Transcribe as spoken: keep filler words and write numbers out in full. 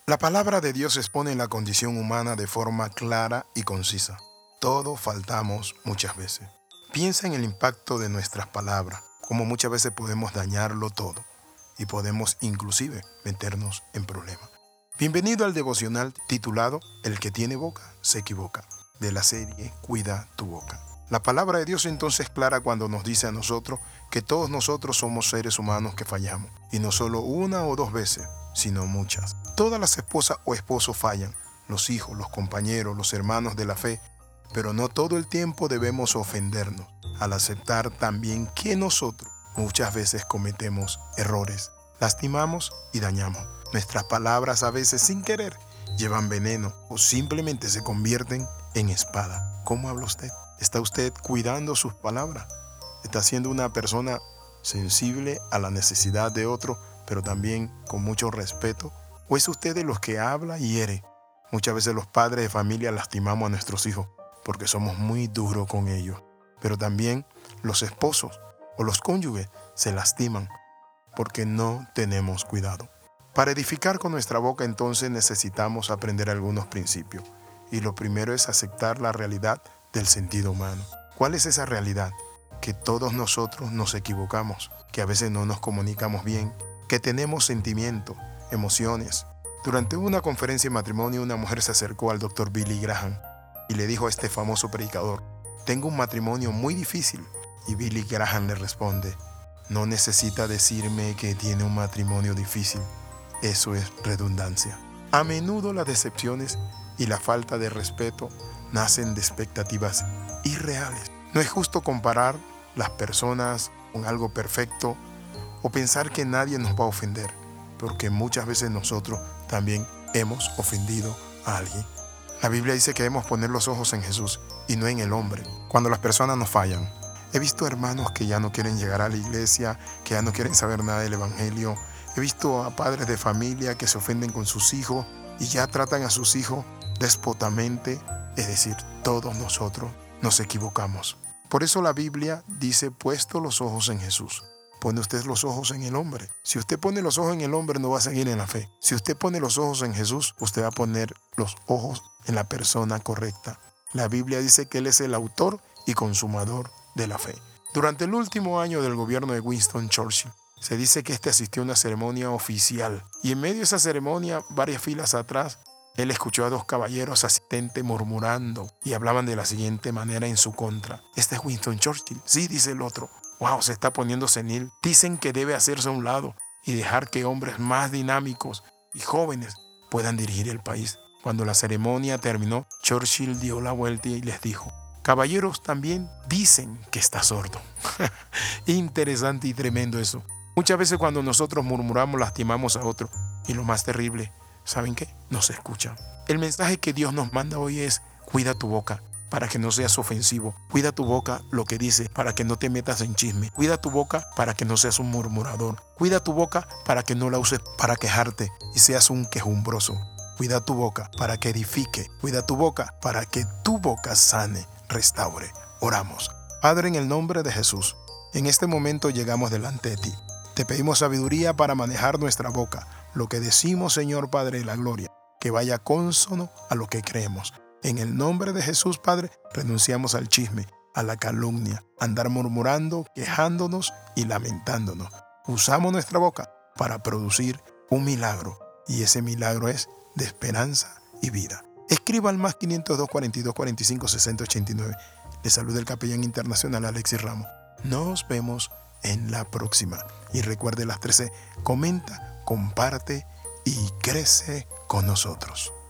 La palabra de Dios expone la condición humana de forma clara y concisa. Todos faltamos muchas veces. Piensa en el impacto de nuestras palabras, como muchas veces podemos dañarlo todo y podemos inclusive meternos en problemas. Bienvenido al devocional titulado El que tiene boca se equivoca, de la serie Cuida tu boca. La palabra de Dios entonces es clara cuando nos dice a nosotros que todos nosotros somos seres humanos que fallamos, y no solo una o dos veces, sino muchas. Todas las esposas o esposos fallan, los hijos, los compañeros, los hermanos de la fe, pero no todo el tiempo debemos ofendernos al aceptar también que nosotros muchas veces cometemos errores, lastimamos y dañamos. Nuestras palabras a veces sin querer llevan veneno o simplemente se convierten en espada. ¿Cómo habla usted? ¿Está usted cuidando sus palabras? ¿Está siendo una persona sensible a la necesidad de otro, pero también con mucho respeto? ¿O es usted de los que habla y hiere? Muchas veces los padres de familia lastimamos a nuestros hijos porque somos muy duros con ellos. Pero también los esposos o los cónyuges se lastiman porque no tenemos cuidado. Para edificar con nuestra boca entonces necesitamos aprender algunos principios. Y lo primero es aceptar la realidad del sentido humano. ¿Cuál es esa realidad? Que todos nosotros nos equivocamos, que a veces no nos comunicamos bien, que tenemos sentimientos, emociones. Durante una conferencia de matrimonio, una mujer se acercó al doctor Billy Graham y le dijo a este famoso predicador: tengo un matrimonio muy difícil. Y Billy Graham le responde: no necesita decirme que tiene un matrimonio difícil. Eso es redundancia. A menudo las decepciones y la falta de respeto nacen de expectativas irreales. No es justo comparar las personas con algo perfecto o pensar que nadie nos va a ofender, porque muchas veces nosotros también hemos ofendido a alguien. La Biblia dice que debemos poner los ojos en Jesús y no en el hombre. Cuando las personas nos fallan, he visto hermanos que ya no quieren llegar a la iglesia, que ya no quieren saber nada del evangelio. He visto a padres de familia que se ofenden con sus hijos y ya tratan a sus hijos déspotamente. Es decir, todos nosotros nos equivocamos. Por eso la Biblia dice: puesto los ojos en Jesús. Pone usted los ojos en el hombre. Si usted pone los ojos en el hombre, no va a seguir en la fe. Si usted pone los ojos en Jesús, usted va a poner los ojos en la persona correcta. La Biblia dice que Él es el autor y consumador de la fe. Durante el último año del gobierno de Winston Churchill, se dice que este asistió a una ceremonia oficial. Y en medio de esa ceremonia, varias filas atrás, él escuchó a dos caballeros asistentes murmurando y hablaban de la siguiente manera en su contra: este es Winston Churchill. Sí, dice el otro. Wow, se está poniendo senil. Dicen que debe hacerse a un lado y dejar que hombres más dinámicos y jóvenes puedan dirigir el país. Cuando la ceremonia terminó, Churchill dio la vuelta y les dijo: caballeros, también dicen que está sordo. Interesante y tremendo eso. Muchas veces cuando nosotros murmuramos, lastimamos a otro. Y lo más terrible, ¿saben qué? Nos escuchan. El mensaje que Dios nos manda hoy es: cuida tu boca para que no seas ofensivo. Cuida tu boca lo que dice para que no te metas en chisme. Cuida tu boca para que no seas un murmurador. Cuida tu boca para que no la uses para quejarte y seas un quejumbroso. Cuida tu boca para que edifique. Cuida tu boca para que tu boca sane, restaure. Oramos. Padre, en el nombre de Jesús, en este momento llegamos delante de ti. Te pedimos sabiduría para manejar nuestra boca. Lo que decimos, Señor Padre de la gloria, que vaya consono a lo que creemos. En el nombre de Jesús, Padre, renunciamos al chisme, a la calumnia, a andar murmurando, quejándonos y lamentándonos. Usamos nuestra boca para producir un milagro, y ese milagro es de esperanza y vida. Escriba al más quinientos dos, cuarenta y dos, cuarenta y cinco, sesenta, ochenta y nueve. Le saluda el capellán internacional Alexis Ramos. Nos vemos en la próxima. Y recuerde las trece, comenta, comparte y crece con nosotros.